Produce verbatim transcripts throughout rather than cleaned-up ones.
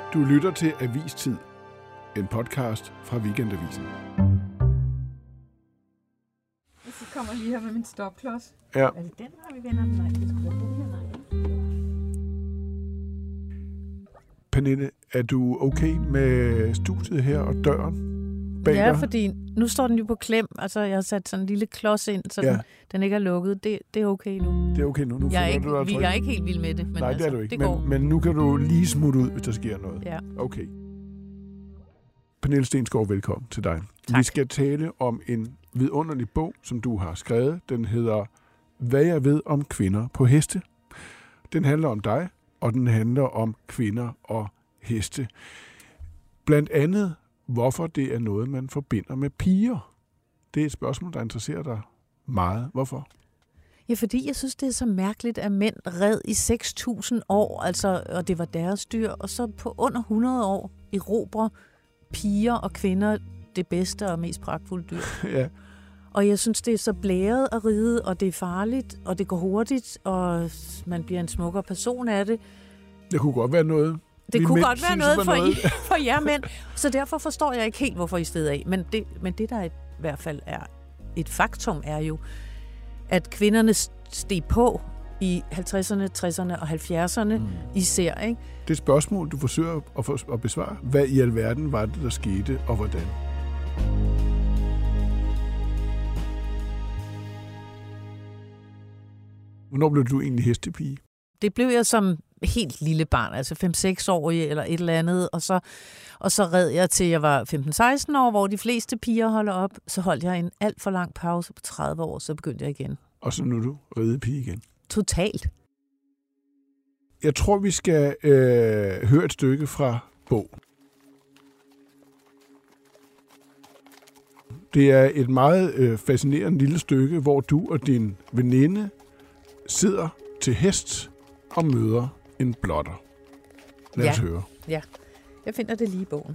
Du lytter til Avistid, en podcast fra Weekendavisen. Så kommer lige her med min stopklods. Ja. Er det den, har vi venner? Nej, det skulle være den her, nej. Pernille, er du okay med studiet her og døren bag Ja, dig? fordi nu står den jo på klem. Altså, jeg har sat sådan en lille klods ind, så Ja. den, den ikke er lukket. Det, det er okay nu. Det er okay nu. nu Jeg er, føler ikke, du dig vi, tryg. jeg er ikke helt vild med det, men Nej, altså, det er du ikke. det går. Men, men nu kan du lige smutte ud, hvis der sker noget. Ja. Okay. Pernille Stensgaard, velkommen til dig. Tak. Vi skal tale om en vidunderlig bog, som du har skrevet. Den hedder Hvad jeg ved om kvinder på heste. Den handler om dig, og den handler om kvinder og heste. Blandt andet, hvorfor det er noget, man forbinder med piger. Det er et spørgsmål, der interesserer dig meget. Hvorfor? Ja, fordi jeg synes, det er så mærkeligt, at mænd red i seks tusind år, altså, og det var deres dyr, og så på under hundrede år erobrer piger og kvinder det bedste og mest pragtfulde dyr. Ja. Og jeg synes, det er så blæret at ride, og det er farligt, og det går hurtigt, og man bliver en smukkere person af det. Det kunne godt være noget. Det vi kunne mænd godt være synes, noget var for, noget. I, for jer mænd, så derfor forstår jeg ikke helt, hvorfor I steder af. Men det, men det, der i hvert fald er et faktum, er jo, at kvinderne steg på i halvtredserne, tresserne og halvfjerdserne mm. især, ikke? Det spørgsmål, du forsøger at, for, at besvare. Hvad i alverden var det, der skete, og hvordan? Hvornår blev du egentlig hestepige? Det blev jeg som helt lille barn, altså fem seks år eller et eller andet, og så, og så red jeg til jeg var femten seksten år, hvor de fleste piger holder op. Så holdt jeg en alt for lang pause på tredive år, så begyndte jeg igen. Og så nu er du ridepige igen. Totalt. Jeg tror, vi skal øh, høre et stykke fra bog. Det er et meget øh, fascinerende lille stykke, hvor du og din veninde sidder til hest og møder en blotter. Lad Ja. os høre. Ja, jeg finder det lige i bogen.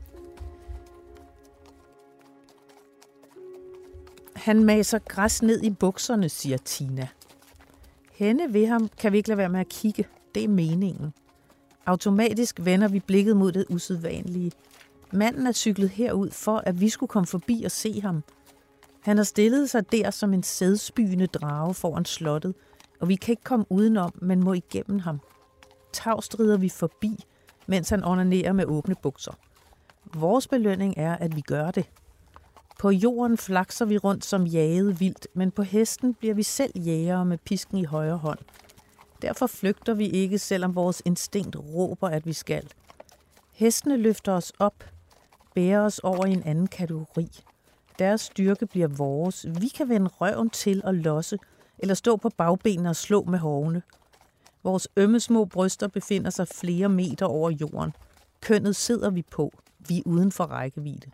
Han maser græs ned i bukserne, siger Tina. Henne ved ham kan vi ikke lade være med at kigge. Det er meningen. Automatisk vender vi blikket mod det usædvanlige. Manden er cyklet herud for, at vi skulle komme forbi og se ham. Han har stillet sig der som en sædspyende drage foran slottet, og vi kan ikke komme udenom, men må igennem ham. Tavst rider vi forbi, mens han onanerer med åbne bukser. Vores belønning er, at vi gør det. På jorden flakser vi rundt som jaget vildt, men på hesten bliver vi selv jægere med pisken i højre hånd. Derfor flygter vi ikke, selvom vores instinkt råber, at vi skal. Hestene løfter os op, bærer os over i en anden kategori. Deres styrke bliver vores. Vi kan vende røven til og losse, eller stå på bagbenene og slå med hovene. Vores ømme små bryster befinder sig flere meter over jorden. Kønnet sidder vi på. Vi er uden for rækkevidde.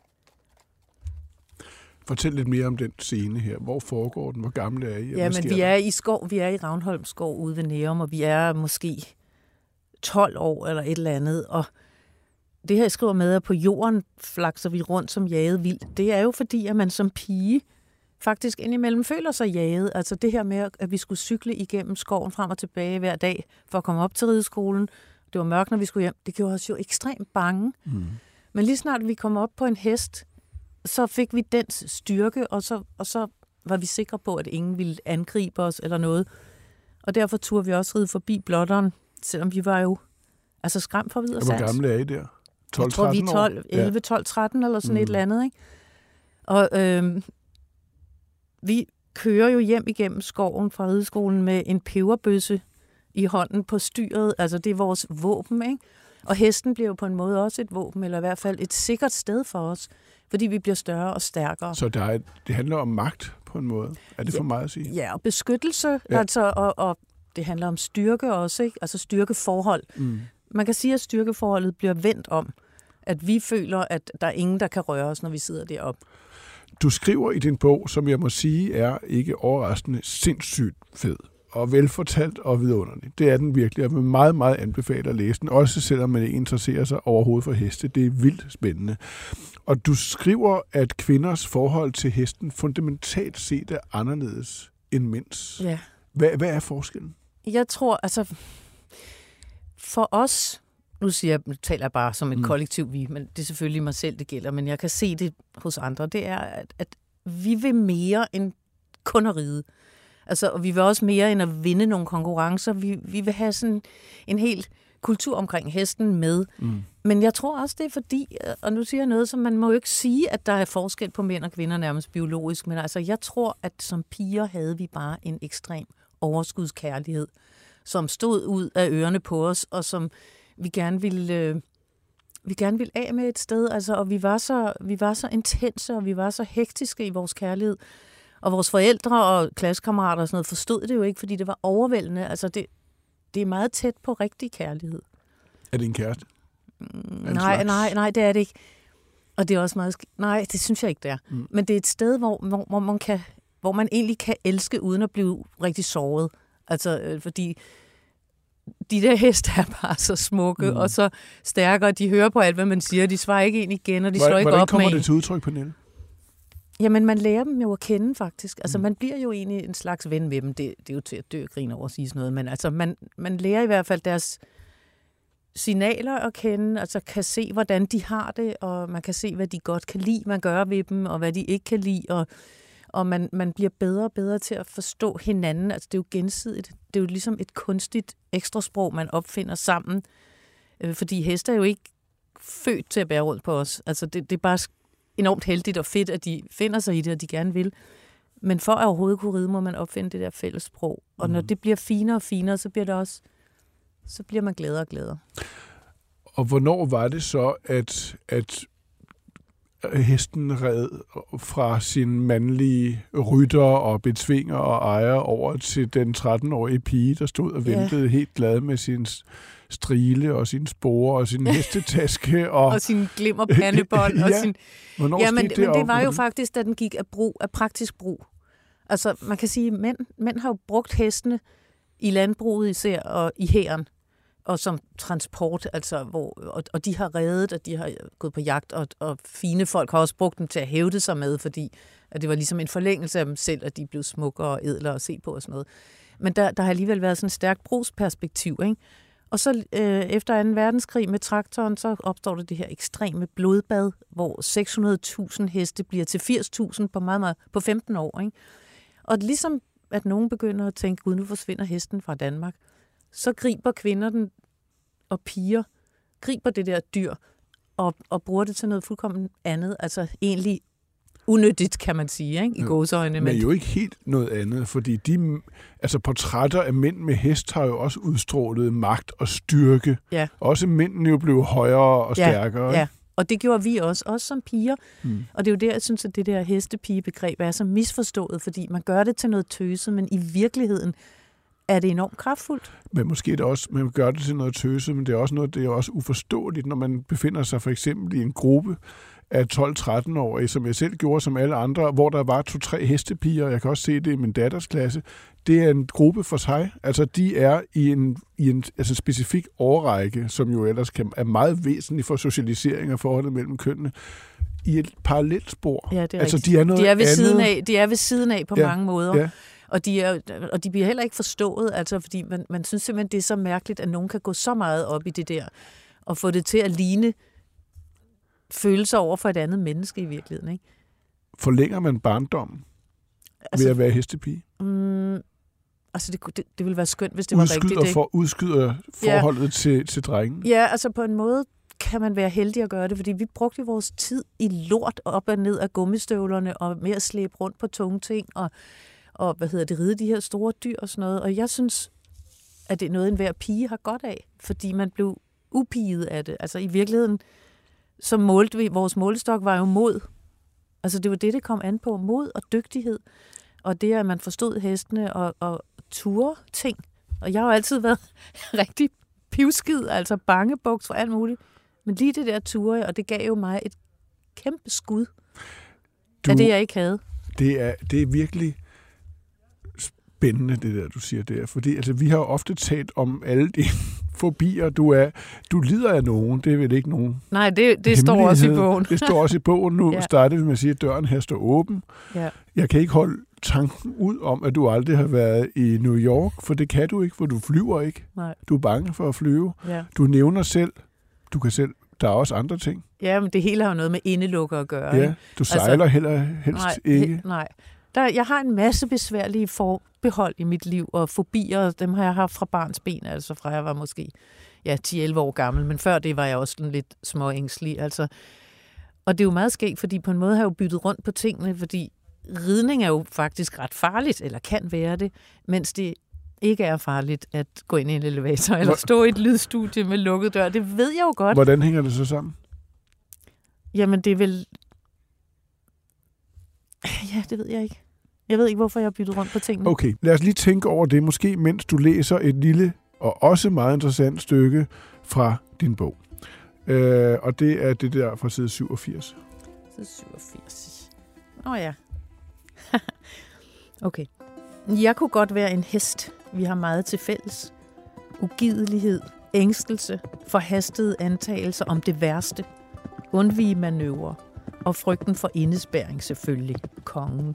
Fortæl lidt mere om den scene her. Hvor foregår den? Hvor gamle er I? Ja, men vi er i skov, vi er i Ravnholm skov ude ved Nærum, og vi er måske tolv år eller et eller andet. Og det her, jeg skriver med, at på jorden flakser vi rundt som jaget vildt. Det er jo fordi, at man som pige faktisk indimellem føler sig jaget. Altså det her med, at vi skulle cykle igennem skoven frem og tilbage hver dag for at komme op til rideskolen. Det var mørkt, når vi skulle hjem. Det gjorde os jo ekstremt bange. Mm. Men lige snart vi kom op på en hest, så fik vi dens styrke, og så, og så var vi sikre på, at ingen ville angribe os eller noget. Og derfor turde vi også ride forbi blotteren, selvom vi var jo altså skræmt for videre sans. Hvor gamle er I der? tolv tretten år? Jeg tror, vi er elleve, tolv, tretten eller sådan mm. et eller andet, ikke? Og øhm, vi kører jo hjem igennem skoven fra rideskolen med en peberbøsse i hånden på styret. Altså, det er vores våben, ikke? Og hesten bliver jo på en måde også et våben, eller i hvert fald et sikkert sted for os, fordi vi bliver større og stærkere. Så der er, det handler om magt på en måde? Er det ja, for meget at sige? Ja, og beskyttelse, ja. altså, og, og det handler om styrke også, ikke? Altså styrkeforhold. Mm. Man kan sige, at styrkeforholdet bliver vendt om, at vi føler, at der er ingen, der kan røre os, når vi sidder deroppe. Du skriver i din bog, som jeg må sige er ikke overraskende sindssygt fed og velfortalt og vidunderlig. Det er den virkelig, og jeg vil meget, meget anbefale at læse den, også selvom man ikke interesserer sig overhovedet for heste. Det er vildt spændende. Og du skriver, at kvinders forhold til hesten fundamentalt set er anderledes end mænds. Ja. Hvad, hvad er forskellen? Jeg tror, altså, for os nu siger jeg, nu taler jeg bare som et Mm. kollektiv vi, men det er selvfølgelig mig selv, det gælder, men jeg kan se det hos andre, det er, at, at vi vil mere end kun at ride. Altså, og vi vil også mere end at vinde nogle konkurrencer. Vi, vi vil have sådan en hel kultur omkring hesten med. Mm. Men jeg tror også, det er fordi, og nu siger jeg noget, som man må jo ikke sige, at der er forskel på mænd og kvinder nærmest biologisk, men altså, jeg tror, at som piger havde vi bare en ekstrem overskudskærlighed, som stod ud af ørerne på os, og som vi gerne ville, øh, vi gerne ville af med et sted. Altså, og vi var, så, vi var så intense, og vi var så hektiske i vores kærlighed. Og vores forældre og klassekammerater og sådan noget forstod det jo ikke, fordi det var overvældende. Altså, det, det er meget tæt på rigtig kærlighed. Er det en kæreste? Mm, nej, nej, nej, det er det ikke. Og det er også meget... sk- Nej, det synes jeg ikke, det er. Mm. Men det er et sted, hvor, hvor, hvor, man kan, hvor man egentlig kan elske, uden at blive rigtig såret. Altså, øh, fordi de der heste er bare så smukke, mm. og så stærke, og de hører på alt, hvad man siger. De svarer ikke ind igen, og de Hvordan, slår ikke hvordan op med kommer en. det til udtryk, Pernille? Jamen, man lærer dem jo at kende, faktisk. Altså, Mm. man bliver jo egentlig en slags ven med dem. Det, det er jo til at dø og grine over at sige sådan noget, men altså, man, man lærer i hvert fald deres signaler at kende, altså kan se, hvordan de har det, og man kan se, hvad de godt kan lide, man gør ved dem, og hvad de ikke kan lide, og, og man, man bliver bedre og bedre til at forstå hinanden. Altså, det er jo gensidigt. Det er jo ligesom et kunstigt ekstrasprog, man opfinder sammen, øh, fordi heste er jo ikke født til at bære rundt på os. Altså, det, det er bare enormt heldigt og fedt, at de finder sig i det, og de gerne vil. Men for at overhovedet kunne ride, må man opfinde det der fælles sprog. Og Mm. når det bliver finere og finere, så bliver det også, så bliver man gladere og gladere. Og hvornår var det så, at, at hesten red fra sin mandlige rytter og bedsvinger og ejer over til den tretten-årige pige, der stod og ventede Ja. helt glad med sin strile og sin spore og sin hestetaske. Og, Og sin glimmerpandebånd. og Ja. sin... hvornår Ja, men, skete men det og var jo hvordan- faktisk, da den gik af brug, af praktisk brug. Altså, man kan sige, at mænd, mænd har jo brugt hestene i landbruget især, og i hæren, og som transport, altså, hvor, og, og de har reddet, og de har gået på jagt, og, og fine folk har også brugt dem til at hævde sig med, fordi at det var ligesom en forlængelse af dem selv, at de blev smukkere og ædlere at se på og sådan noget. Men der, der har alligevel været sådan et stærkt brugsperspektiv, ikke? Og så øh, efter anden verdenskrig med traktoren, så opstår der det her ekstreme blodbad, hvor seks hundrede tusind heste bliver til firs tusind på, meget, meget, på femten år. Ikke? Og ligesom at nogen begynder at tænke, gud, nu forsvinder hesten fra Danmark, så griber kvinder den og piger, griber det der dyr og, og bruger det til noget fuldkommen andet. Altså egentlig unyttigt, kan man sige, ikke? I Ja. gåseøjne. Men jo ikke helt noget andet, fordi de, altså portrætter af mænd med hest har jo også udstrålet magt og styrke. Ja. Også mændene jo blev højere og stærkere. Ja, og det gjorde vi også, også som piger. Hmm. Og det er jo der, jeg synes, at det der hestepigebegreb er så misforstået, fordi man gør det til noget tøse, men i virkeligheden er det enormt kraftfuldt. Men måske er det også, man gør det til noget tøse, men det er også noget, det er også uforståeligt, når man befinder sig for eksempel i en gruppe af tolv-tretten-årige, som jeg selv gjorde som alle andre, hvor der var to-tre hestepiger, og jeg kan også se det i min datters klasse. Det er en gruppe for sig. Altså, de er i en, i en altså, specifik årrække, som jo ellers kan, er meget væsentlig for socialisering og forholdet mellem kønnene, i et parallelt spor. Ja, det er altså, rigtigt. de er noget de er ved andet. Siden af, de er ved siden af på Ja, mange måder. ja. Og de, er, og de bliver heller ikke forstået, altså, fordi man, man synes simpelthen, det er så mærkeligt, at nogen kan gå så meget op i det der, og få det til at ligne følelser over for et andet menneske i virkeligheden. Ikke? Forlænger man barndommen altså, ved at være hestepige? Mm, altså, det, det, det ville være skønt, hvis det var Udskyder rigtigt. Ikke? For, udskyder forholdet ja. til, til drengen? Ja, altså på en måde kan man være heldig at gøre det, fordi vi brugte vores tid i lort op og ned af gummistøvlerne, og med at slæbe rundt på tunge ting, og, og hvad hedder det, ride de her store dyr og sådan noget. Og jeg synes, at det er noget, enhver pige har godt af, fordi man blev upiget af det. Altså i virkeligheden, så målte vi, vores målestok var jo mod. Altså det var det, det kom an på. Mod og dygtighed. Og det, at man forstod hestene og, og ture ting. Og jeg har jo altid været rigtig pivskid, altså bangebuks for alt muligt. Men lige det der ture, og det gav jo mig et kæmpe skud du, af det, jeg ikke havde. Det er, det er virkelig spændende, det der, du siger der. Fordi altså, vi har jo ofte talt om alle de fobier, du er. Du lider af nogen, det er vel ikke nogen Nej, det, det står også i bogen. Det står også i bogen. Nu Ja. starter vi med at sige, at døren her står åben. Ja. Jeg kan ikke holde tanken ud om, at du aldrig har været i New York, for det kan du ikke, for du flyver ikke. Nej. Du er bange for at flyve. Ja. Du nævner selv du kan selv... Der er også andre ting. Ja, men det hele har jo noget med indelukker at gøre. Ja, ikke? du sejler altså, heller helst nej, ikke. He, nej. Der, jeg har en masse besværlige forbehold i mit liv, og fobier, dem har jeg haft fra barns ben, altså fra jeg var måske ja, ti elleve år gammel, men før det var jeg også lidt småængstelig. Altså. Og det er jo meget skægt, fordi på en måde har jeg jo byttet rundt på tingene, fordi ridning er jo faktisk ret farligt, eller kan være det, mens det ikke er farligt at gå ind i en elevator, eller stå i et lydstudie med lukket dør. Det ved jeg jo godt. Hvordan hænger det så sammen? Jamen, det er vel... Ja, det ved jeg ikke. Jeg ved ikke, hvorfor jeg har byttet rundt på tingene. Okay, lad os lige tænke over det, måske mens du læser et lille og også meget interessant stykke fra din bog. Øh, og det er det der fra side syvogfirs. Side syvogfirs. Åh oh, ja. Okay. Jeg kunne godt være en hest. Vi har meget til fælles. Ugidelighed, ængstelse, forhastede antagelser om det værste, undvige manøvrer og frygten for indespærring selvfølgelig, kongen.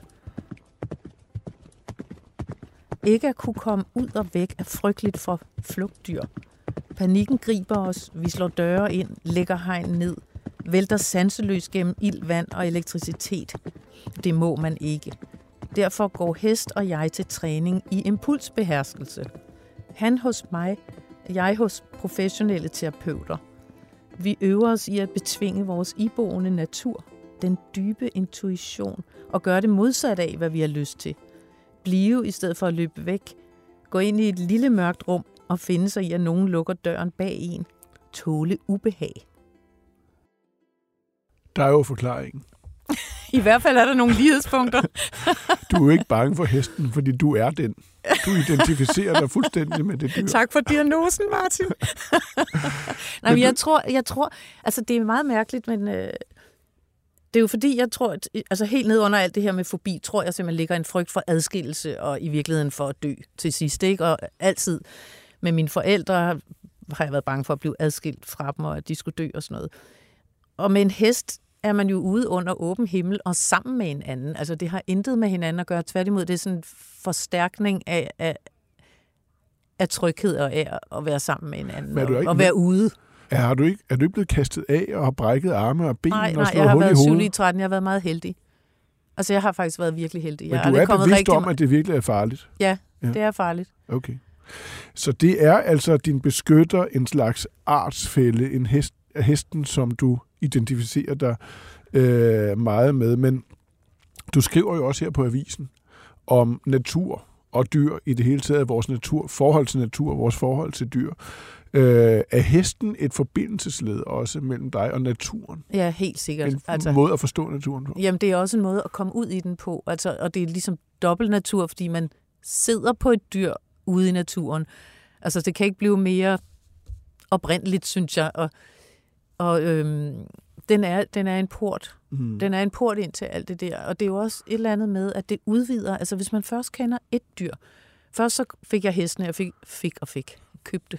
Ikke at kunne komme ud og væk er frygteligt for flugtdyr. Panikken griber os, vi slår døre ind, lægger hegn ned, vælter sanseløs gennem ild, vand og elektricitet. Det må man ikke. Derfor går hest og jeg til træning i impulsbeherskelse. Han hos mig, jeg hos professionelle terapeuter. Vi øver os i at betvinge vores iboende natur, den dybe intuition, og gøre det modsat af, hvad vi har lyst til. Blive i stedet for at løbe væk. Gå ind i et lille mørkt rum og finde sig i, at nogen lukker døren bag en. Tåle ubehag. Der er jo forklaringen. I hvert fald er der nogle lighedspunkter. Du er jo ikke bange for hesten, fordi du er den. Du identificerer dig fuldstændig med det dyr. Tak for diagnosen, Martin. Nej, men jeg tror, jeg tror, altså det er meget mærkeligt, men øh, det er jo fordi, jeg tror, at, altså helt ned under alt det her med fobi, tror jeg simpelthen ligger en frygt for adskillelse og i virkeligheden for at dø til sidst, ikke? Og altid med mine forældre har jeg været bange for at blive adskilt fra dem, og at de skulle dø og sådan noget. Og med en hest er man jo ude under åben himmel og sammen med en anden. Altså det har intet med hinanden at gøre. Tværtimod, det er sådan en forstærkning af, af, af tryghed og af at være sammen med en anden og, og være ude. Er, har du ikke, er du ikke blevet kastet af og har brækket arme og ben nej, og nej, slået hul i hovedet? Nej, jeg har været syv tretten. Jeg har været meget heldig. Altså jeg har faktisk været virkelig heldig. Jeg Men du er bevidst om, at det virkelig er farligt? Ja, ja, det er farligt. Okay. Så det er altså din beskytter, en slags artsfælle, en hest, hesten, som du identificerer dig øh, meget med. Men du skriver jo også her på avisen om natur og dyr i det hele taget, vores natur, forhold til natur, vores forhold til dyr. Øh, er hesten et forbindelsesled også mellem dig og naturen? Ja, helt sikkert. En altså, måde at forstå naturen på? Jamen, det er også en måde at komme ud i den på. Altså, og det er ligesom dobbelt natur, fordi man sidder på et dyr ude i naturen. Altså, det kan ikke blive mere oprindeligt, synes jeg. Og, og øhm, den, er, den er en port. Mm. Den er en port ind til alt det der. Og det er jo også et eller andet med, at det udvider. Altså, hvis man først kender et dyr. Først så fik jeg hestene, jeg fik, fik og fik, købte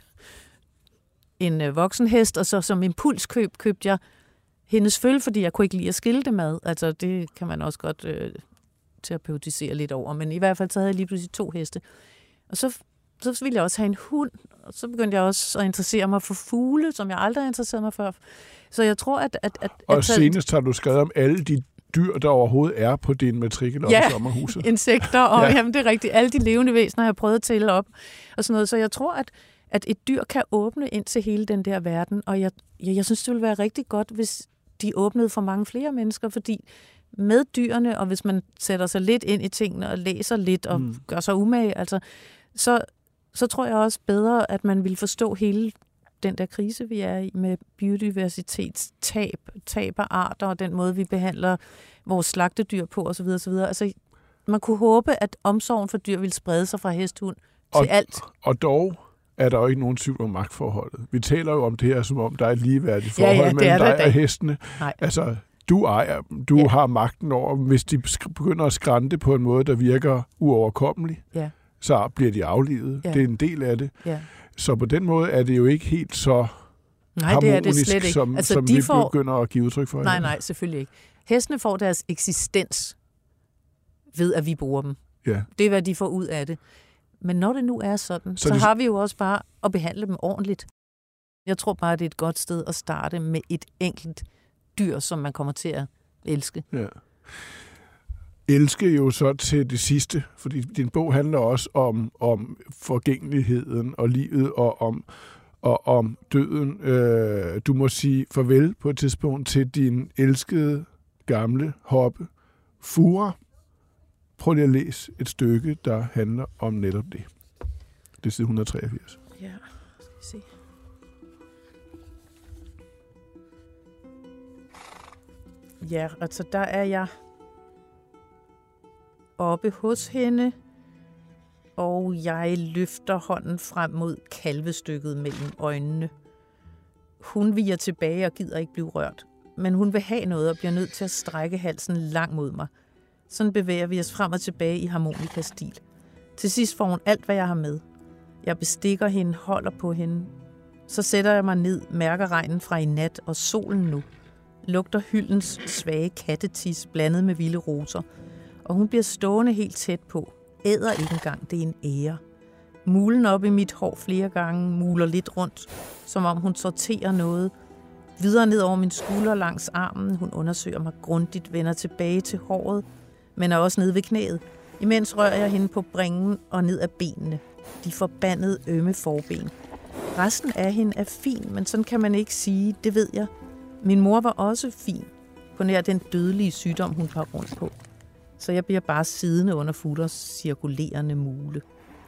en øh, voksenhest, og så som impulskøb købte jeg hendes følge, fordi jeg kunne ikke lide at skille det med. Altså, det kan man også godt øh, terapeutisere lidt over. Men i hvert fald så havde jeg lige pludselig to heste. Og så, så ville jeg også have en hund, og så begyndte jeg også at interessere mig for fugle, som jeg aldrig har interesseret mig for. Så jeg tror, at... at, at og at senest har du skrevet om alle de dyr, der overhovedet er på din matrikel om ja, sommerhuset. Insekter, og ja. Jamen, det er rigtigt. Alle de levende væsener har jeg prøvet at tælle op, og sådan noget. Så jeg tror, at, at et dyr kan åbne ind til hele den der verden, og jeg, jeg, jeg synes, det ville være rigtig godt, hvis de åbnede for mange flere mennesker, fordi med dyrene, og hvis man sætter sig lidt ind i tingene, og læser lidt, og mm. gør sig umage, altså, så, så tror jeg også bedre, at man vil forstå hele den der krise, vi er i med biodiversitetstab, tab af arter, og den måde, vi behandler vores slagtedyr på, osv. osv. Altså, man kunne håbe, at omsorgen for dyr ville sprede sig fra hesthund til og, alt. Og dog er der jo ikke nogen tvivl om magtforholdet. Vi taler jo om det her, som om der er et ligeværdigt forhold ja, ja, mellem dig og hestene. Nej. Altså, du ejer du ja. har magten over, hvis de begynder at skrante på en måde, der virker uoverkommelig, ja. så bliver de aflivet. Ja. Det er en del af det. Ja. Så på den måde er det jo ikke helt så nej, harmonisk, det er det slet ikke. som, altså, som vi får... begynder at give udtryk for. Nej, her. nej, selvfølgelig ikke. Hestene får deres eksistens ved, at vi bruger dem. Ja. Det er, hvad de får ud af det. Men når det nu er sådan, så, så det... har vi jo også bare at behandle dem ordentligt. Jeg tror bare, det er et godt sted at starte med et enkelt dyr, som man kommer til at elske. Ja. Elske jo så til det sidste, fordi din bog handler også om, om forgængeligheden og livet og om, og om døden. Øh, du må sige farvel på et tidspunkt til din elskede gamle hoppe, Fura. Prøv lige at læse et stykke, der handler om netop det. Det er side et hundrede og treogfirs. Ja, skal vi se. Ja, altså der er jeg oppe hos hende, og jeg løfter hånden frem mod kalvestykket mellem øjnene. Hun viger tilbage og gider ikke blive rørt, men hun vil have noget og bliver nødt til at strække halsen langt mod mig. Sådan bevæger vi os frem og tilbage i harmonikastil. Til sidst får hun alt, hvad jeg har med. Jeg bestikker hende, holder på hende. Så sætter jeg mig ned, mærker regnen fra i nat og solen nu. Lugter hyldens svage kattetis blandet med vilde roser. Og hun bliver stående helt tæt på. Æder ikke engang, det er en ære. Mulen op i mit hår flere gange, muler lidt rundt, som om hun sorterer noget. Videre ned over min skulder langs armen. Hun undersøger mig grundigt, vender tilbage til håret, men er også nede ved knæet. Imens rører jeg hende på bringen og ned ad benene. De forbandede ømme forben. Resten af hende er fin, men sådan kan man ikke sige, det ved jeg. Min mor var også fin, på nær den dødelige sygdom, hun var rundt på. Så jeg bliver bare siddende under Futters cirkulerende mule.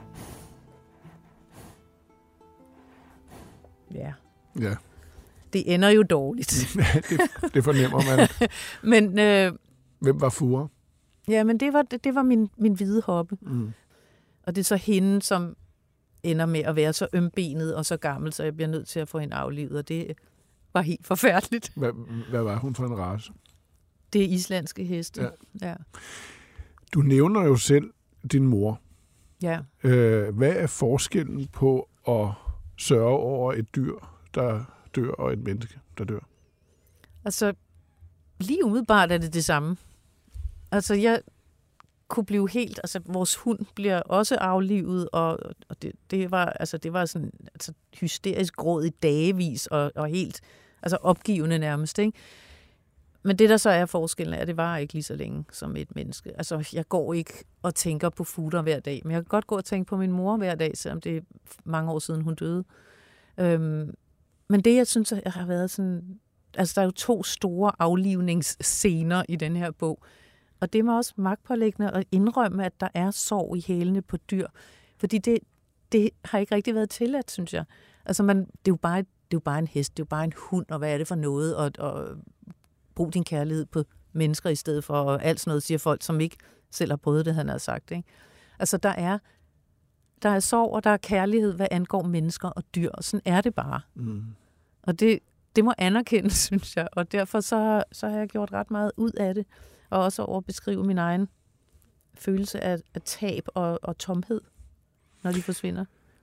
Ja. Ja. Det ender jo dårligt. det, det fornemmer man. men, øh, Hvem var Fura? Ja, men det var, det, det var min, min hvide hoppe. Mm. Og det er så hende, som ender med at være så ømbenet og så gammel, så jeg bliver nødt til at få hende aflivet, og det var helt forfærdeligt. Hvad, hvad var hun for en race? Det er islandske heste. Ja. Ja. Du nævner jo selv din mor. Ja. Øh, hvad er forskellen på at sørge over et dyr, der dør, og et menneske, der dør? Altså, lige umiddelbart er det det samme. Altså, jeg kunne blive helt... Altså, vores hund bliver også aflivet, og, og det, det, var, altså, det var sådan altså, hysterisk gråd i dagevis, og, og helt altså, opgivende nærmest, ikke? Men det, der så er forskellen, er, at det var ikke lige så længe som et menneske. Altså, jeg går ikke og tænker på Futter hver dag, men jeg kan godt gå og tænke på min mor hver dag, selvom det er mange år siden, hun døde. Øhm, men det, jeg synes, jeg har været sådan... Altså, der er jo to store aflivningsscener i den her bog, og det er mig også magtpålæggende at indrømme, at der er sorg i hælene på dyr. Fordi det, det har ikke rigtig været tilladt, synes jeg. Altså, man, det, er jo bare, det er jo bare en hest, det er jo bare en hund, og hvad er det for noget? Og, og brug din kærlighed på mennesker i stedet for, og alt sådan noget, siger folk, som ikke selv har prøvet det, han har sagt. Ikke? Altså, der er, der er sorg, og der er kærlighed, hvad angår mennesker og dyr, og sådan er det bare. Mm. Og det, det må anerkendes, synes jeg, og derfor så, så har jeg gjort ret meget ud af det, og også over at beskrive min egen følelse af, af tab og, og tomhed, når de forsvinder.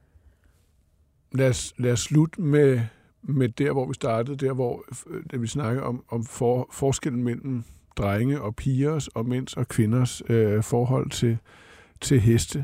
Lad os, lad os slutte med, med der, hvor vi startede, der hvor da vi snakker om, om for, forskellen mellem drenge og pigers og mænds og kvinders øh, forhold til, til heste.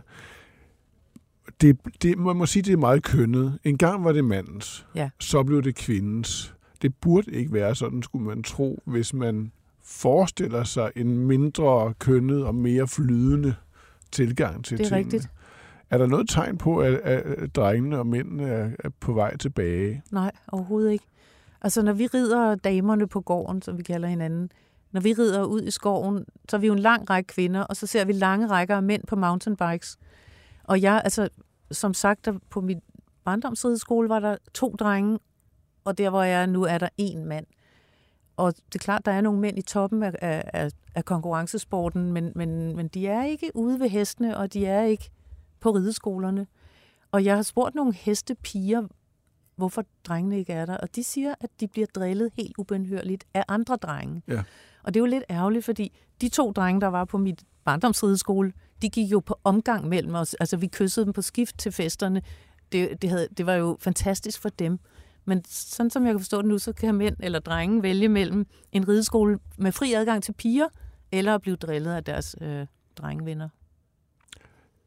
Det, det, man må sige, det er meget kønnet. En gang var det mandens, ja. Så blev det kvindens. Det burde ikke være sådan, skulle man tro, hvis man forestiller sig en mindre kønnet og mere flydende tilgang til det er tingene. Rigtigt. Er der noget tegn på, at, at drengene og mændene er, er på vej tilbage? Nej, overhovedet ikke. Altså, når vi rider damerne på gården, som vi kalder hinanden, når vi rider ud i skoven, så er vi jo en lang række kvinder, og så ser vi lange rækker af mænd på mountainbikes. Og jeg, altså, som sagt, der på min barndomsrideskole var der to drenge, og der, hvor jeg er nu, er der én mand. Og det er klart, der er nogle mænd i toppen af, af, af konkurrencesporten, men, men, men de er ikke ude ved hestene, og de er ikke på rideskolerne. Og jeg har spurgt nogle hestepiger, hvorfor drengene ikke er der, og de siger, at de bliver drillet helt ubenhørligt af andre drenge. Ja. Og det er jo lidt ærgerligt, fordi de to drenge, der var på mit barndomsrideskole, de gik jo på omgang mellem os. Altså, vi kyssede dem på skift til festerne. Det, det, havde, det var jo fantastisk for dem. Men sådan som jeg kan forstå det nu, så kan mænd eller drenge vælge mellem en rideskole med fri adgang til piger, eller at blive drillet af deres øh, drengevenner.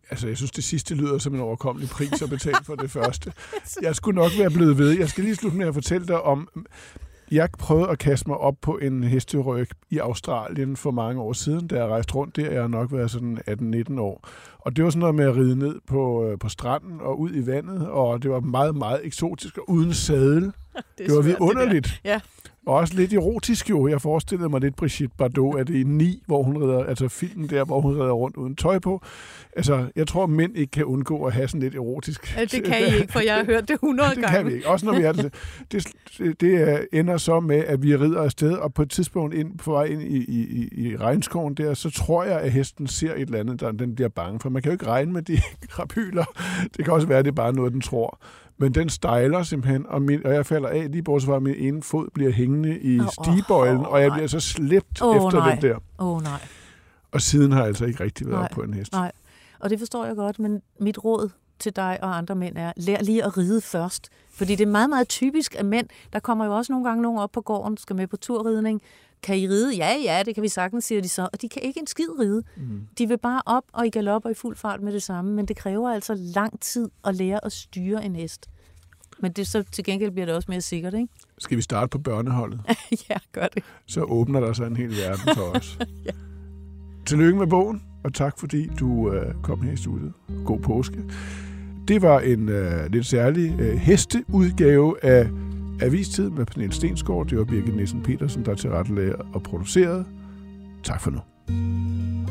Altså, jeg synes, det sidste lyder som en overkommelig pris at betale for det første. Jeg skulle nok være blevet ved. Jeg skal lige slutte med at fortælle dig om... Jeg prøvede at kaste mig op på en hesteryg i Australien for mange år siden, da jeg rejste rundt der. Jeg har nok været sådan atten nitten år. Og det var sådan noget med at ride ned på, på stranden og ud i vandet, og det var meget, meget eksotisk og uden sadel. Det, det var vidunderligt. Ja. Og også lidt erotisk jo. Jeg forestillede mig lidt Brigitte Bardot, at det er ni, hvor hun rider, altså filmen der, hvor hun rider rundt uden tøj på. Altså, jeg tror, mænd ikke kan undgå at have sådan lidt erotisk. Ja, det kan I ikke, for jeg har hørt det hundrede gange. Det kan vi ikke. Også når vi er det. Det, det ender så med, at vi rider afsted, og på et tidspunkt ind, på vej ind i, i, i regnskoven der, så tror jeg, at hesten ser et eller andet, der den bliver bange for. Man kan jo ikke regne med de krapyler. Det kan også være, at det er bare noget, den tror. Men den stejler simpelthen, og, min, og jeg falder af lige bortset fra, at min ene fod bliver hængende i oh, stigebøjlen, oh, oh, og jeg bliver så slæbt oh, efter nej. den der. Åh oh, nej. Og siden har jeg altså ikke rigtig været nej, op på en hest. Nej, og det forstår jeg godt, men mit råd til dig og andre mænd er, lær lige at ride først. Fordi det er meget, meget typisk, at mænd, der kommer jo også nogle gange nogen op på gården, skal med på turridning. Kan I ride? Ja, ja, det kan vi sagtens, siger de så. Og de kan ikke en skid ride. Mm. De vil bare op og i galop og i fuld fart med det samme, men det kræver altså lang tid at lære at styre en hest. Men det, så til gengæld bliver det også mere sikkert, ikke? Skal vi starte på børneholdet? Ja, gør det. Så åbner der sig en hel verden for os. Ja. Tillykke med bogen, og tak fordi du øh, kom her i studiet. God påske. Det var en øh, lidt særlig øh, hesteudgave af Avistid med Pernille Stensgaard. Det var Birgit Nielsen Petersen, der tilrettelagde og producerede. Tak for nu.